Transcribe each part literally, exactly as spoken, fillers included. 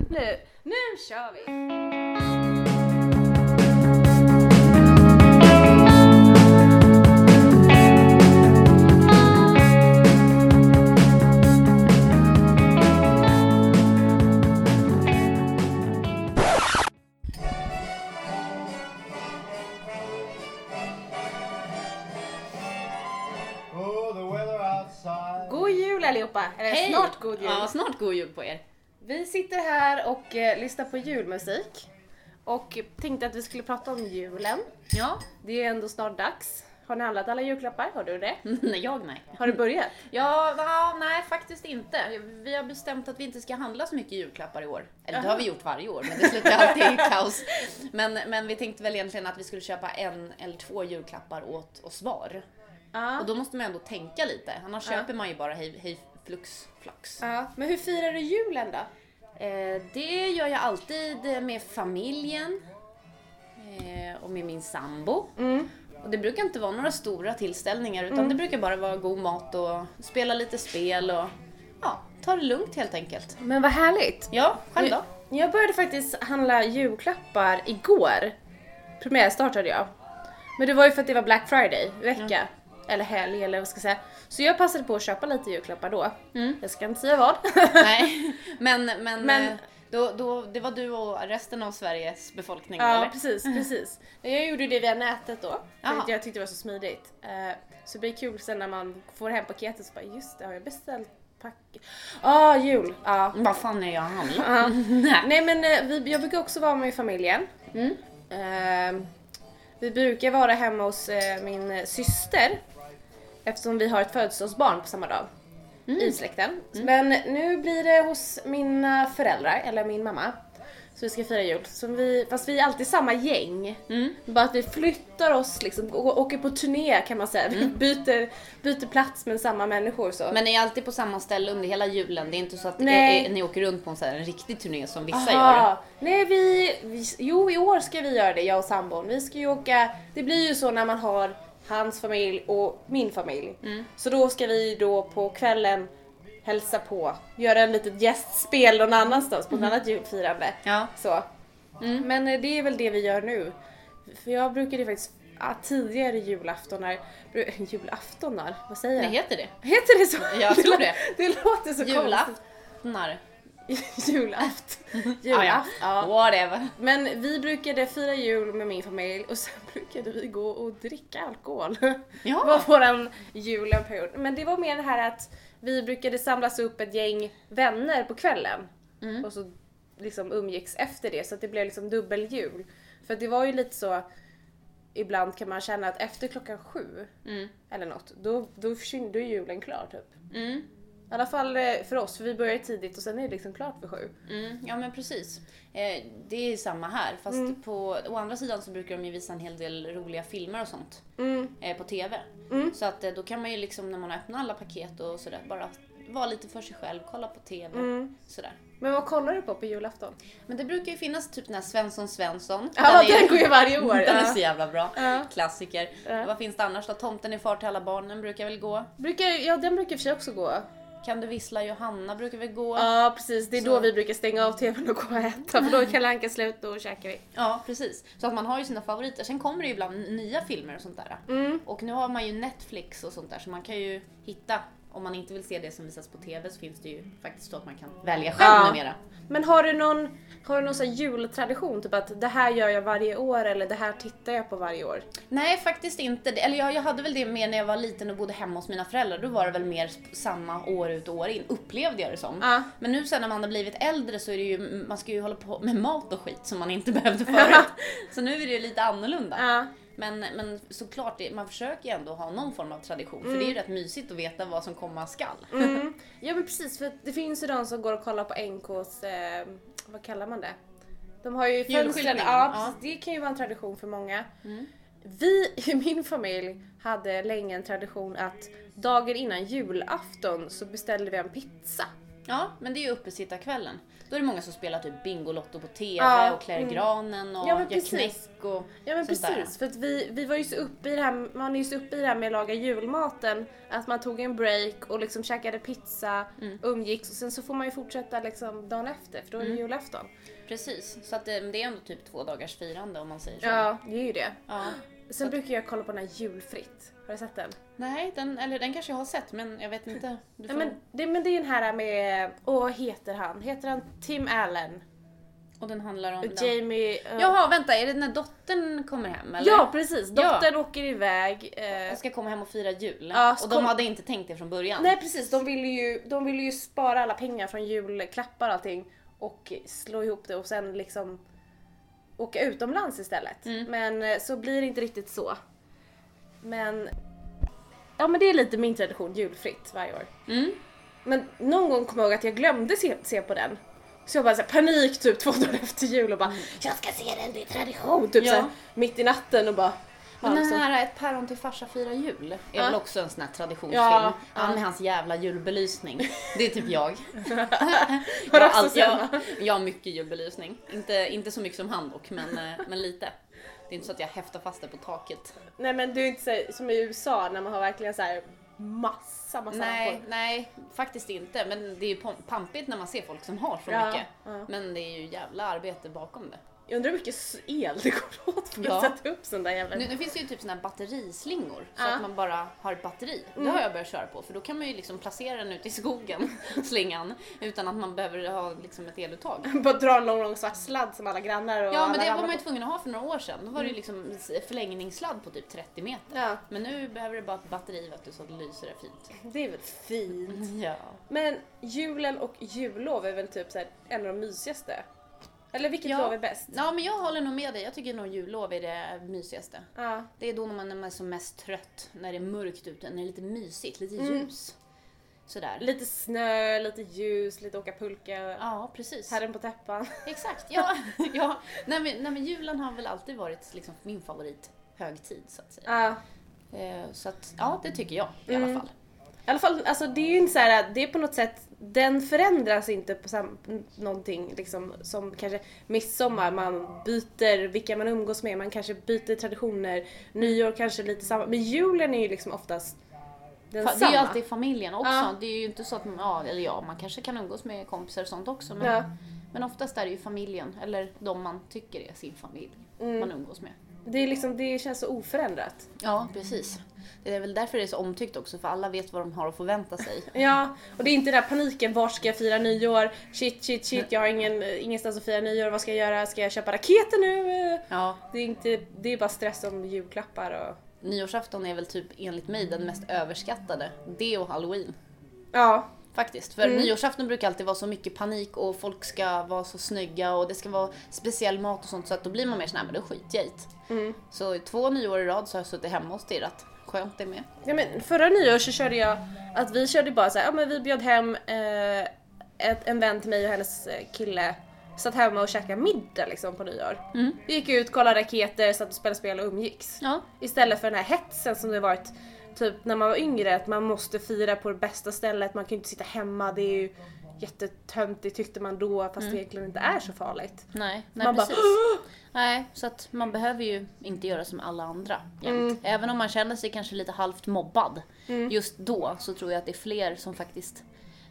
Nu, nu kör vi! God jul allihopa! Eller Hej. snart god jul! Ja, snart god jul på er. Vi sitter här och eh, lyssnar på julmusik. Och tänkte att vi skulle prata om julen. Ja. Det är ändå snart dags. Har ni handlat alla julklappar? Har du det? Nej, jag nej. Har du börjat? Ja, va, nej faktiskt inte. Vi har bestämt att vi inte ska handla så mycket julklappar i år. Eller det Jaha. har vi gjort varje år, men det slutar alltid i kaos. Men, men vi tänkte väl egentligen att vi skulle köpa en eller två julklappar åt oss var. Ja. Och då måste man ändå tänka lite. Annars Ja. köper man ju bara hej, hej flux flax. Ja. Men hur firar du julen då? Eh, det gör jag alltid med familjen. Eh, och med min sambo. Mm. Och det brukar inte vara några stora tillställningar utan Mm. det brukar bara vara god mat och spela lite spel och ja, ta det lugnt helt enkelt. Men vad härligt! Ja, själv då? Jag började faktiskt handla julklappar igår. Premiär startade jag. Men det var ju för att det var Black Friday, vecka. Eller helg eller vad ska jag säga. Så jag passade på att köpa lite julklappar då. Mm. Jag ska inte säga vad. Nej, men, men, Men- eh, då, då, det var du och resten av Sveriges befolkning Ja, eller? precis, precis. Jag gjorde det via nätet då. För Jaha. att jag tyckte det var så smidigt. Eh, Så det blir kul sen när man får hem paketet så bara, just det, har jag beställt paket? Ah, jul! Ja. Vad fan är jag handlar? Ja. Nej. Nej men eh, vi, jag brukar också vara med familjen. Mm. Eh, Vi brukar vara hemma hos eh, min eh, syster. Eftersom vi har ett födelsedagsbarn på samma dag. Mm. I släkten. Men nu blir det hos mina föräldrar, eller min mamma. Så vi ska fira jul. Så vi, fast vi är alltid samma gäng. Mm. Bara att vi flyttar oss, liksom, å- åker på turné kan man säga. Vi byter, byter plats med samma människor. Så. Men ni är alltid på samma ställe under hela julen? Det är inte så att Nej. eh, ni åker runt på en, så här, en riktig turné som vissa gör? Aha. Nej, vi, vi... Jo, i år ska vi göra det, jag och sambon. Vi ska ju åka... Det blir ju så när man har hans familj och min familj. Mm. Så då ska vi då på kvällen hälsa på. Göra en litet gästspel någon annanstans på ett annat julfirande. Ja. Så. Mm. Men eh, det är väl det vi gör nu. För jag brukade faktiskt... Ja, tidigare julaftonar... bru- Julaftonar? Vad säger Det jag? heter det. Heter det så? Jag tror det. Det låter så konstigt. Julaftnar. Julaft. Ah, ja. Julaft. Ja. Whatever. Men vi brukade fira jul med min familj och sen brukade vi gå och dricka alkohol. Det Ja. var våran julenperiod. Men det var mer det här att vi brukade samlas upp ett gäng vänner på kvällen. Mm. Och så liksom umgicks efter det så att det blev liksom dubbeljul. För det var ju lite så, ibland kan man känna att efter klockan sju Mm. eller något, då, då försvinner då är julen klar typ. Mm. I alla fall eh, för oss, för vi börjar tidigt och sen är det liksom klart för sju. Mm. Ja men precis. Eh, det är samma här. Fast Mm. på å andra sidan så brukar de ju visa en hel del roliga filmer och sånt Mm. eh, på tv. Mm. Så att eh, då kan man ju liksom när man öppnar alla paket och sådär bara vara lite för sig själv, kolla på tv. Mm. Sådär. Men vad kollar du på på julafton? Men det brukar ju finnas typ den här Svensson Svensson. Ja, är- den går ju varje år. Den är Ja. så jävla bra. Ja. Klassiker. Ja. Vad finns det annars då? Tomten är far till alla barnen brukar väl gå. Brukar, ja, den brukar i och för sig också gå. Kan du vissla Johanna brukar väl gå. Ja, precis. Det är Så. då vi brukar stänga av tvn och gå och äta. För då är Kalle Anka slut och käkar vi. Ja, precis. Så att man har ju sina favoriter. Sen kommer det ju ibland nya filmer och sånt där. Mm. Och nu har man ju Netflix och sånt där så man kan ju hitta, om man inte vill se det som visas på tv så finns det ju faktiskt så att man kan välja själv Ja. numera. Men har du någon, har du någon sån här jultradition? Typ att det här gör jag varje år eller det här tittar jag på varje år? Nej, faktiskt inte. Eller jag, jag hade väl det mer när jag var liten och bodde hemma hos mina föräldrar. Då var det väl mer samma år ut och år in, upplevde jag det som. Ja. Men nu sen när man har blivit äldre så är det ju, man ska ju hålla på med mat och skit som man inte behövde förut. Så nu är det ju lite annorlunda. Ja. Men, men såklart, det, man försöker ju ändå ha någon form av tradition. För det är ju rätt mysigt att veta vad som komma skall. Mm. Ja men precis, för att det finns ju de som går och kollar på N K:s, eh, vad kallar man det? De har ju fönstren, Julskyltningen, ja, ja. precis. Det kan ju vara en tradition för många. Mm. Vi i min familj hade länge en tradition att dagen innan julafton så beställde vi en pizza. Ja, men det är ju uppesittarkvällen. Då är det många som spelar typ Bingolotto på tv Ja, och klär mm. granen och Ja, men gör precis. knäck och Ja men sånt precis, där. för att vi, vi var ju så uppe i det här, man är ju så uppe i det här med att laga julmaten, att man tog en break och liksom käkade pizza, Mm. umgicks och sen så får man ju fortsätta liksom dagen efter för då är det Mm. julafton. Precis, så att det, det är ändå typ två dagars firande om man säger så. Ja, det är ju det. Ja. Sen brukar jag kolla på den här Julfritt. Har du sett den? Nej, den, eller den kanske jag har sett men jag vet inte. Du Ja, får... men, det, men det är den här med, åh vad heter han? Heter han Tim Allen? Och den handlar om... Och Jamie... uh, Jaha, vänta, är det när dottern kommer hem eller? Ja precis, Ja. dottern åker iväg. eh, Jag ska komma hem och fira jul. Ja, så och de kom- hade inte tänkt det från början. Nej precis, de ville ju, de ville ju spara alla pengar från julklappar och allting och slå ihop det och sen liksom åka utomlands istället. Mm. Men eh, så blir det inte riktigt så. Men ja men det är lite min tradition, julfritt varje år. Mm. Men någon gång kom jag ihåg att jag glömde se, se på den. Så jag bara så här, panik typ två dagar efter jul och bara jag ska se den, det är tradition typ Ja. så här, mitt i natten och bara Men ja, den så- här Ett päron till farsa firar jul är Ja. väl också en sån här traditionsfilm. Ja, Han ja. med hans jävla julbelysning. Det är typ jag. Har du jag, också allt- jag, samma? jag har mycket julbelysning. Inte, inte så mycket som han dock, men, eh, men lite. Det är inte så att jag häftar fast det på taket. Nej men du är inte så, som i U S A när man har verkligen så här massa massa Nej, lampor. nej, faktiskt inte. Men det är ju pom- pampigt när man ser folk som har så Ja, mycket. ja. Men det är ju jävla arbete bakom det. Jag undrar hur mycket el det går åt för Ja. att sätta upp sån där jävla... Nu, nu finns det ju typ såna här batterislingor så Ja. att man bara har ett batteri. Det Mm. har jag börjat köra på för då kan man ju liksom placera den ute i skogen, slingan, utan att man behöver ha liksom ett eluttag. Bara dra en lång, lång svart sladd som alla grannar och Ja, alla men det var ramlar man ju på. tvungen att ha för några år sedan. Då var det ju liksom förlängningssladd på typ trettio meter. Ja, Men nu behöver det bara ett batteri vet du, så att det lyser det fint. det är väl fint. Ja. Men julen och jullov är väl typ så här en av de mysigaste? Eller vilket Ja. lov är bäst? Ja, men jag håller nog med dig. Jag tycker nog jullov är det mysigaste. Ja. Det är då när man är som mest trött, när det är mörkt ute, när det är lite mysigt, lite Mm. ljus. Sådär. Lite snö, lite ljus, lite åka pulka. Ja, precis. Herren på täppan. Exakt, ja. ja. Nej, men, nej men julen har väl alltid varit liksom min favorit högtid så att säga. Ja. Eh, så att, ja det tycker jag i Mm. alla fall. I alla fall, alltså det är ju inte så här, det är på något sätt, den förändras inte på sam, någonting liksom som kanske midsommar, man byter vilka man umgås med, man kanske byter traditioner, nyår kanske lite samma, men julen är ju liksom oftast den Fa- samma. Det är ju alltid familjen också. Ja. Det är ju inte så att, ja, eller ja, man kanske kan umgås med kompisar och sånt också. Men, Ja. men oftast är det ju familjen, eller de man tycker är sin familj, Mm. man umgås med. Det är liksom, det känns så oförändrat. Ja, precis. Det är väl därför det är så omtyckt också, för alla vet vad de har att förvänta sig. Ja, och det är inte den där paniken, var ska jag fira nyår? Shit, shit, shit, jag har ingen, ingenstans att fira nyår, vad ska jag göra? Ska jag köpa raketer nu? Ja, Det är, inte, det är bara stress om julklappar och... nyårsafton är väl typ enligt mig den mest överskattade. Det och halloween. Ja, Faktiskt, för Mm. nyårsafton brukar alltid vara så mycket panik och folk ska vara så snygga och det ska vara speciell mat och sånt, så att då blir man mer sån här, men då skiter jag i det. mm. Så i två nyår i rad så har jag suttit hemma och stirrat. Skönt det med. Ja, men förra nyår så körde jag att vi körde bara så här, ja men vi bjöd hem eh, ett, en vän till mig och hennes eh, kille, satt hemma och käkade middag liksom på nyår. Mm. Vi gick ut, kollade raketer, satt och spelade spel och umgicks. Ja, Istället för den här hetsen som det varit typ när man var yngre, att man måste fira på det bästa stället, man kan ju inte sitta hemma, det är ju jättetöntigt tyckte man då, fast Mm. det egentligen inte är så farligt. nej, nej Man bara, precis. Nej, så att man behöver ju inte göra som alla andra jämt. Mm. Även om man känner sig kanske lite halvt mobbad Mm. just då, så tror jag att det är fler som faktiskt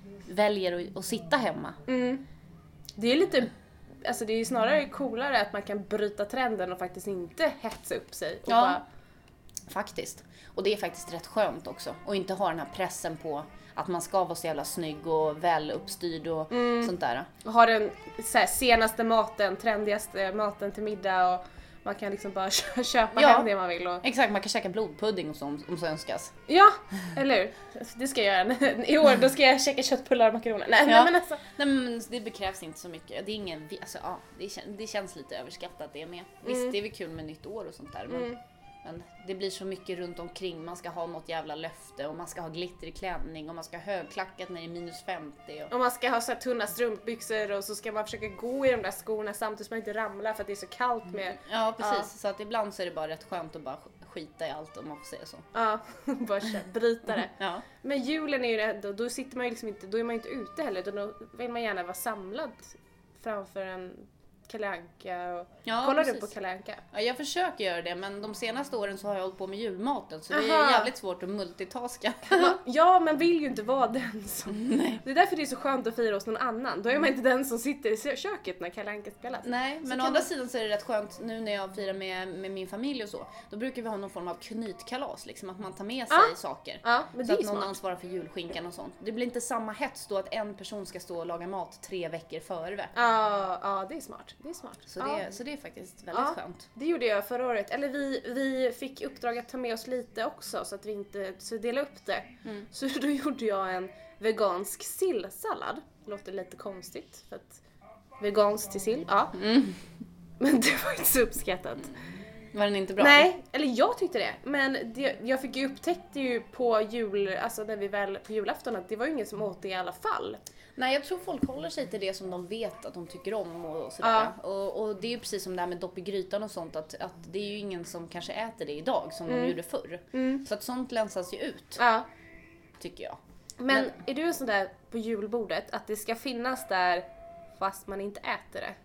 väljer att, att sitta hemma. Mm. Det är lite, alltså det är ju snarare coolare att man kan bryta trenden och faktiskt inte hetsa upp sig. Och Ja. bara, Faktiskt. Och det är faktiskt rätt skönt också. Och inte ha den här pressen på att man ska vara så jävla snygg och väl uppstyrd och Mm. sånt där. och ha den så här, senaste maten, trendigaste maten till middag och man kan liksom bara kö- köpa Ja. hem det man vill. Och... Exakt, man kan käka blodpudding och så, om så önskas. Ja, eller hur? Det ska jag göra. I år då ska jag käka köttbullar och makaroner. Nej, Ja. nej men alltså. Nej, men det bekrävs inte så mycket. Det är ingen, alltså, ja, det, kän- det känns lite överskattat det med. Visst, Mm. det är väl kul med nytt år och sånt där. Men, Mm. men det blir så mycket runt omkring. Man ska ha något jävla löfte och man ska ha glitter i klänning och man ska ha högklackat när det är minus femtio. Och... Och man ska ha så här tunna strumpbyxor och så ska man försöka gå i de där skorna samtidigt som man inte ramlar för att det är så kallt med. Ja, precis. Ja. Så att ibland så är det bara rätt skönt att bara skita i allt om man får säga så. Ja, bara köra, bryta det. Ja. Men julen är ju det, då, då sitter man ju liksom inte, då är man inte ute heller, utan då vill man gärna vara samlad framför en Kalle Anka och Ja, kollar precis. du på Kalle Anka? Ja, jag försöker göra det, men de senaste åren så har jag hållit på med julmaten, så det Aha. är jävligt svårt att multitaska. Ja, man vill ju inte vara den som... Nej. Det är därför det är så skönt att fira hos någon annan. Då är man inte den som sitter i köket när Kalle Anka spelas. Nej, men kan å andra man- sidan så är det rätt skönt nu när jag firar med, med min familj och så. Då brukar vi ha någon form av knytkalas, liksom att man tar med sig Ja. saker. Ja, men Så det är att någon smart. ansvarar för julskinkan och sånt. Det blir inte samma hets då att en person ska stå och laga mat tre veckor före. Ja, ja, det är smart. Det är smart. Så, ja. det, så det är faktiskt väldigt Ja. skönt. Det gjorde jag förra året. Eller vi, vi fick uppdrag att ta med oss lite också så att vi inte så dela upp det. Mm. Så då gjorde jag en vegansk sillsallad. Låter lite konstigt för att veganskt till sill, ja. Mm. Men det var inte så uppskattat. Var den inte bra? Nej, eller jag tyckte det. Men det, jag fick ju upptäckte ju på jul, alltså när vi väl på julafton att det var ju ingen som åt det i alla fall. Nej, jag tror folk håller sig till det som de vet att de tycker om och sådär. Ja. Och, och det är ju precis som det här med dopp i grytan och sånt, att, att det är ju ingen som kanske äter det idag som de gjorde förr. Mm. Så att sånt länsas ju ut, Ja. tycker jag. Men, Men- är du en sån där på julbordet att det ska finnas där fast man inte äter det?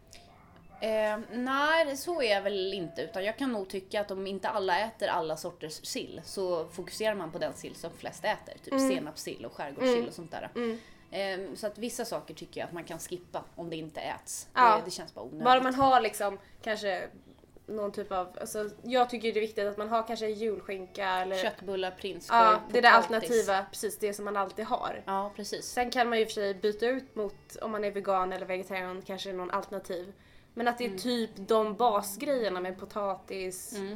Eh, nej, så är jag väl inte. Utan jag kan nog tycka att om inte alla äter alla sorters sill så fokuserar man på den sill som flest äter. Typ senapssill och skärgårdssill Mm. och sånt där. Mm. Eh, så att vissa saker tycker jag att man kan skippa om det inte äts. Ja. Det, det känns bara onödigt. Bara man har liksom kanske någon typ av, alltså jag tycker det är viktigt att man har kanske julskinka eller Köttbullar, prinskorv, ja, det där potatis. alternativa, precis det som man alltid har. Ja, precis. Sen kan man ju i och för sig byta ut mot om man är vegan eller vegetarian, kanske någon alternativ. Men att det är typ de basgrejerna med potatis. Mm.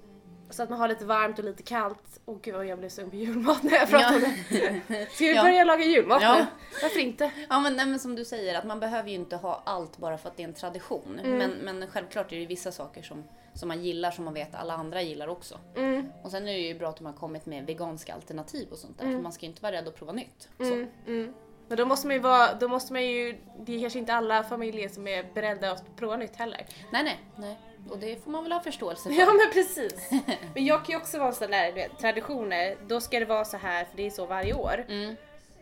Så att man har lite varmt och lite kallt. Åh gud vad jag blev sugen på julmat när jag pratade om det. Ska vi Ja. börja laga julmat Ja. nu? Varför inte? Ja, men, nej, men som du säger, att man behöver ju inte ha allt bara för att det är en tradition. Mm. Men, men självklart är det ju vissa saker som, som man gillar som man vet alla andra gillar också. Mm, Och sen är det ju bra att man har kommit med veganska alternativ och sånt där. För man ska ju inte vara rädd att prova nytt. Så. mm, mm. Men då måste man ju vara, då måste man ju, det är kanske inte alla familjer som är beredda att prova nytt heller. Nej, nej, nej. Och det får man väl ha förståelse för. Ja men precis. Men jag kan ju också vara en sån där, du vet, traditioner, då ska det vara så här för det är så varje år. Mm.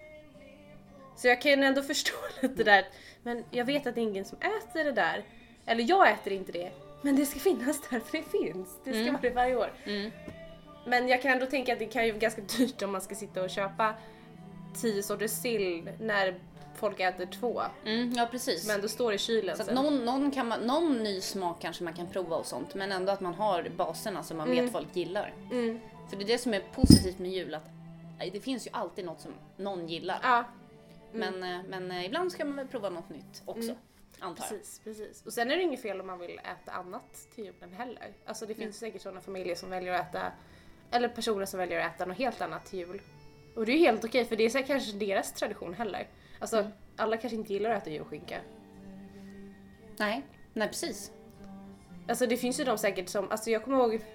Så jag kan ändå förstå lite där, men jag vet att det är ingen som äter det där. Eller jag äter inte det, men det ska finnas där för det finns. Det ska Mm. vara det varje år. Mm. Men jag kan ändå tänka att det kan ju vara ganska dyrt om man ska sitta och köpa tio sorters sill när folk äter två. Mm, ja, precis. Som ändå står i kylen Så att sen. någon, någon, kan man, någon ny smak kanske man kan prova och sånt. Men ändå att man har baserna som man vet folk gillar. Mm. För det är det som är positivt med jul. Att nej, det finns ju alltid något som någon gillar. Ja, Men, eh, men eh, ibland ska man väl prova något nytt också. Antar jag. precis, precis. Och sen är det inget fel om man vill äta annat till julen heller. Alltså det finns säkert sådana familjer som väljer att äta, eller personer som väljer att äta något helt annat till jul. Och det är ju helt okej, för det är så kanske deras tradition heller. Alltså Mm. alla kanske inte gillar att äta julskinka. Nej, nej precis. Alltså det finns ju de säkert som, alltså jag kommer ihåg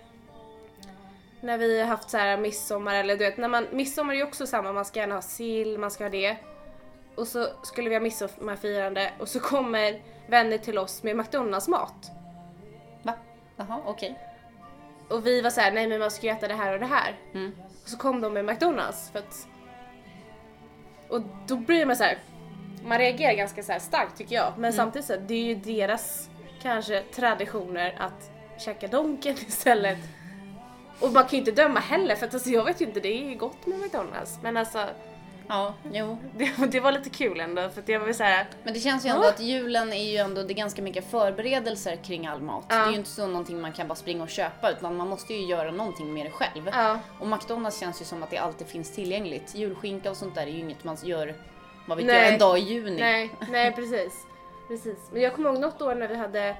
när vi har haft så här midsommar eller du vet, när man, midsommar är ju också samma, man ska gärna ha sill, man ska ha det. Och så skulle vi ha midsommarfirande och så kommer vänner till oss med McDonalds mat. Va? Jaha, okej. Och vi var så här: nej men man ska ju äta det här och det här. Mm. Och så kom de med McDonalds för att... Och då blir man så här, man reagerar ganska så här starkt tycker jag. Men samtidigt så här, det är ju deras kanske traditioner att käka donken istället. Och man kan ju inte döma heller för att alltså, jag vet ju inte, det är ju gott med McDonalds. Men alltså, Ja, jo. det, det var lite kul ändå för att jag var så här. Men det känns ju ändå Ja. att julen är ju ändå, det är ganska mycket förberedelser kring all mat. Ja. Det är ju inte så någonting man kan bara springa och köpa, utan man måste ju göra någonting med det själv. Ja, Och McDonalds känns ju som att det alltid finns tillgängligt. Julskinka och sånt där är ju inget man gör, vad vet Nej. jag, en dag i juni. nej, nej precis. precis. Men jag kommer ihåg något år när vi hade,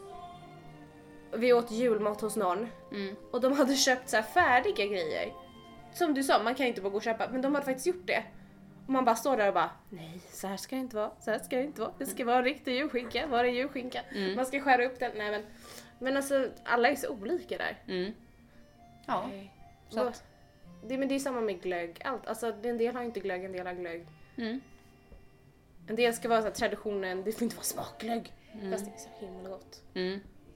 vi åt julmat hos någon. Mm. Och de hade köpt så här färdiga grejer. Som du sa, man kan inte bara gå och köpa. Men de hade faktiskt gjort det. Och man bara står där och bara, nej så här ska det inte vara. Så här ska det inte vara. Det ska vara en riktig julskinka. Var är julskinka? Mm. Man ska skära upp den. Nej men, men alltså alla är så olika där. Mm. Ja, så Och att, det, men det är samma med glögg. Allt. Alltså en del har inte glögg, en del har glögg. mm. En del ska vara så här, traditionen, det får inte vara smakglögg. Fast det är så himla gott. Mm.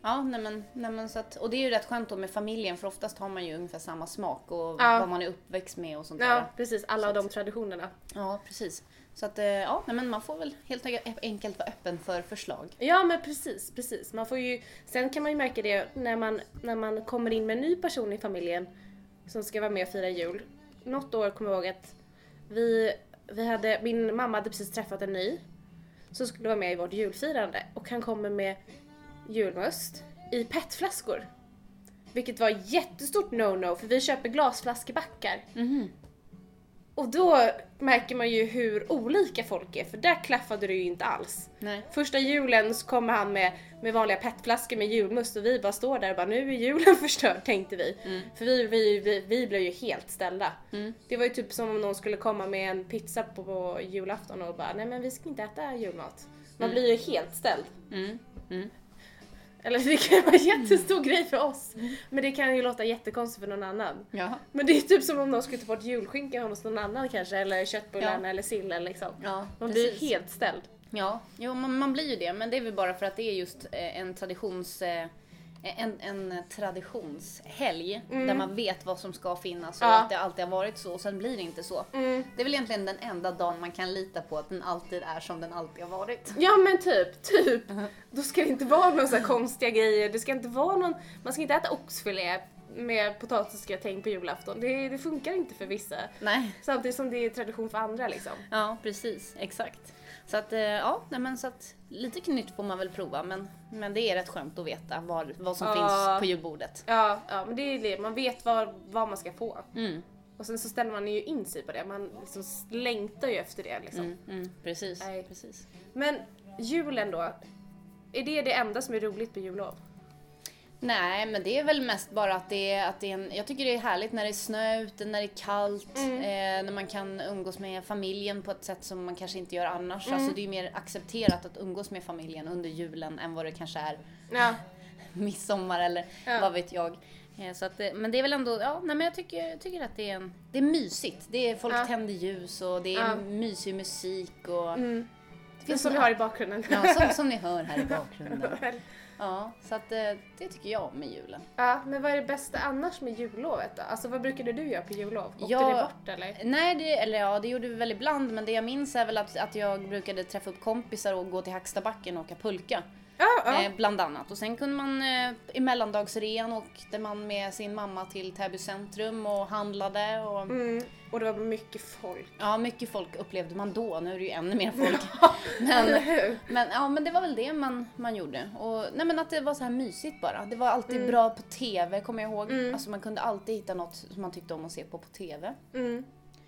Ja, nej men, nej men så att, och det är ju rätt skönt då med familjen, för oftast har man ju ungefär samma smak och Ja. vad man är uppväxt med och sånt Ja, där. precis. Alla Så de att- traditionerna. Ja, precis. Så att, eh, ja, nej men man får väl helt enkelt vara öppen för förslag. Ja, men precis, precis. Man får ju, sen kan man ju märka det när man, när man kommer in med en ny person i familjen som ska vara med och fira jul. Något år kommer jag ihåg att vi, vi hade, min mamma hade precis träffat en ny som skulle vara med i vårt julfirande. Och han kommer med julmust i petflaskor. Vilket var ett jättestort no-no, för vi köper glasflaskebackar. Mhm. Och då märker man ju hur olika folk är, för där klaffade det ju inte alls. Nej. Första julen så kommer han med, med vanliga petflaskor med julmust och vi bara står där och bara, nu är julen förstörd, tänkte vi. Mm. För vi, vi, vi, vi blev ju helt ställda. Mm. Det var ju typ som om någon skulle komma med en pizza på, på julafton och bara, nej men vi ska inte äta julmat. Man Mm. blir ju helt ställd. Mm. Mm. Eller det kan ju vara en jättestor grej för oss. Men det kan ju låta jättekonstigt för någon annan. Ja. Men det är typ som om någon skulle ta bort julskinkan hos någon annan kanske. Eller köttbullarna Ja. eller sillen liksom. Ja, Man blir precis. helt ställd. Ja, jo, man, man blir ju det, men det är väl bara för att det är just eh, en traditions... Eh, en, en traditionshelg Mm. där man vet vad som ska finnas och Ja. att det alltid har varit så och sen blir det inte så. Mm. Det är väl egentligen den enda dagen man kan lita på att den alltid är som den alltid har varit. Ja men typ, typ. Då ska det inte vara några så här konstiga grejer. Det ska inte vara någon, man ska inte äta oxfilé med potatisgratäng på julafton. Det, det funkar inte för vissa. Nej. Samtidigt som det är tradition för andra liksom. Ja, precis. Exakt. Så att, eh, ja, nej, men så att lite nytt får man väl prova, men, men det är rätt skönt att veta vad, vad som Ja. finns på julbordet. Ja, ja men det är det. Man vet vad, vad man ska få. Mm, Och sen så ställer man ju in sig på det. Man liksom längtar ju efter det liksom. mm, mm, precis. Nej. precis. Men julen då? Är det det enda som är roligt på jullov? Nej, men det är väl mest bara att det är, att det är en, jag tycker det är härligt när det är snö ute, när det är kallt, Mm. eh, när man kan umgås med familjen på ett sätt som man kanske inte gör annars. Mm. Alltså det är ju mer accepterat att umgås med familjen under julen än vad det kanske är Ja. midsommar eller Ja. vad vet jag. Eh, Så att, det- men det är väl ändå, ja, nej, men jag tycker, jag tycker att det är, en, det är mysigt. Det är, folk Ja. tänder ljus och det är Ja. mysig musik och Mm. det Det som vi har i bakgrunden. ja, som, som ni hör här i bakgrunden. Ja, så att eh, det tycker jag om med julen. Ja, men vad är det bästa annars med jullovet då? Alltså vad brukade du göra på jullov? Åkte Ja. ni bort eller? Nej, det, eller ja, det gjorde vi väl ibland, men det jag minns är väl att, att jag brukade träffa upp kompisar och gå till Hackstabacken och åka pulka. Ja, ja. Eh, bland annat. Och sen kunde man eh, i mellandagsrean åkte man med sin mamma till Täby centrum och handlade. Och, Mm. Och det var mycket folk. ja, mycket folk upplevde man då. Nu är det ju ännu mer folk. Eller men, hur? men, ja, men det var väl det man, man gjorde. Och, nej, men att det var så här mysigt bara. Det var alltid Mm. bra på tv, kommer jag ihåg. Mm. Alltså man kunde alltid hitta något som man tyckte om att se på på tv. Mm.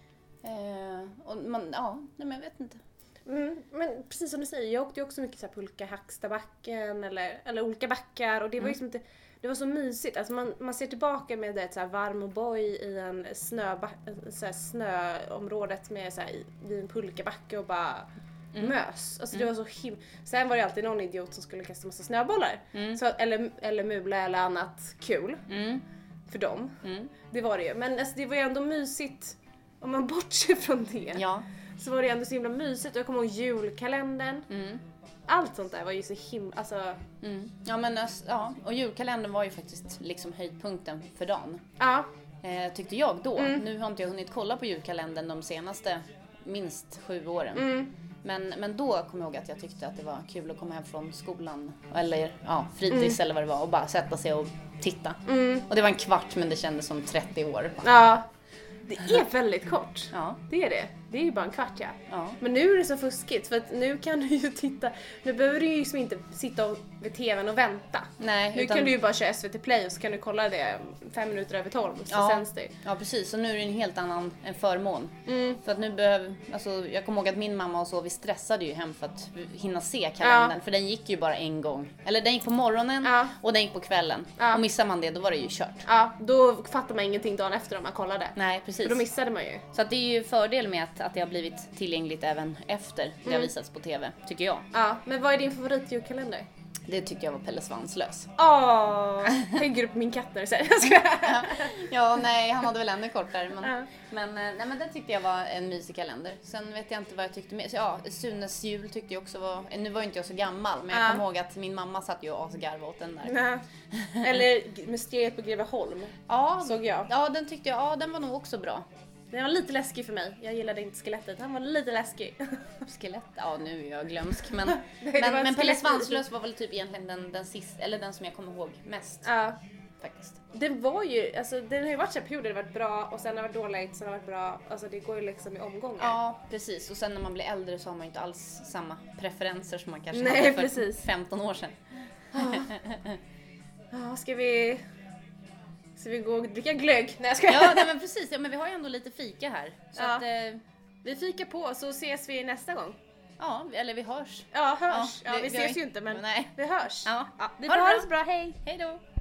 Eh, och man, ja, nej, men jag vet inte. Mm. Men precis som du säger, jag åkte ju också mycket så här pulka Hackstabacken eller, eller olika backar och det var ju liksom inte, det var så mysigt. Alltså man, man ser tillbaka med det så här varm och boy i en snöba, så här snöområdet med så här, i- vid en pulkabacke och bara Mm. mös. Alltså det var så him- Sen var det alltid någon idiot som skulle kasta massa snöbollar. Mm. Så, eller, eller mula eller annat kul Mm. för dem. Mm. Det var det ju. Men alltså, det var ju ändå mysigt om man bortser från det. Ja. Så var det ändå så himla mysigt. Och jag kommer ihåg julkalendern. Mm. Allt sånt där var ju så himla, alltså, Mm. Ja, men ass- ja, och julkalendern var ju faktiskt liksom höjdpunkten för dagen. ja. Eh, tyckte jag då. Mm. Nu har inte jag hunnit kolla på julkalendern de senaste minst sju åren. Mm. Men, men då kom jag ihåg att jag tyckte att det var kul att komma hem från skolan eller ja, fritids eller vad det var och bara sätta sig och titta. Mm. Och det var en kvart, men det kändes som trettio år. Ja. Det är väldigt kort. Ja, Det är det. Det är ju bara en kvart, ja. ja. Men nu är det så fuskigt för att nu kan du ju titta, nu behöver du ju liksom inte sitta och- vid tvn och vänta. Nej, Nu utan, kan du ju bara köra S V T Play och så kan du kolla det fem minuter över tolv så Ja. sänds det. Ja, precis. Så nu är det en helt annan en förmån. Mm. För att nu behöver, alltså jag kommer ihåg att min mamma och så, vi stressade ju hem för att hinna se kalendern. För den gick ju bara en gång. Eller den gick på morgonen Ja. och den gick på kvällen. Ja. Och missar man det, då var det ju kört. Ja, då fattar man ingenting dagen efter om man kollade. Nej, precis. För då missade man ju. Så att det är ju fördel med att, att det har blivit tillgängligt även efter det har Mm. visats på tv, tycker jag. Ja, men vad är din favoritjulkalender? Det tyckte jag var Pelle Svanslös. Åh, tänker du på min katt när du säger det? Ja, nej, han hade väl ännu kortare. Men, Ja. men, eh, nej, men det tyckte jag var en mysig kalender. Sen vet jag inte vad jag tyckte mer. Så, ja, Sunes jul tyckte jag också var... Nu var inte jag så gammal, men jag Ja. kommer ihåg att min mamma satt ju och asgarvade åt den där. Nej. Eller Mysteriet på Greveholm. Ja, Såg jag. ja, den tyckte jag, ja, den var nog också bra. Den var lite läskig för mig. Jag gillade inte skelettet. Han var lite läskig. Skelett, ja nu är jag glömsk. Men, det men, var men ett Pelle skelett. Svanslös var väl typ egentligen den, den sista, eller den som jag kommer ihåg mest. Ja. Faktiskt. Den var ju, alltså den har ju varit så här perioder det har varit bra och sen har det varit dåligt, sen har det varit bra. Alltså det går ju liksom i omgångar. Ja, precis. Och sen när man blir äldre så har man ju inte alls samma preferenser som man kanske Nej, hade för precis. femton år sedan. Ja, ska vi... Ska vi gå och dricka glögg? Nej jag skojar. Ja, nej, men precis. Ja, men vi har ju ändå lite fika här. Så Ja. att, eh, Vi fikar på så ses vi nästa gång. ja, eller vi hörs. Ja, hörs. Ja, Ja, vi- vi vi har ses ju in- inte men Nej. vi hörs. Ja. Ja, vi Ha får det ha bra. det så bra, hej! Hej då!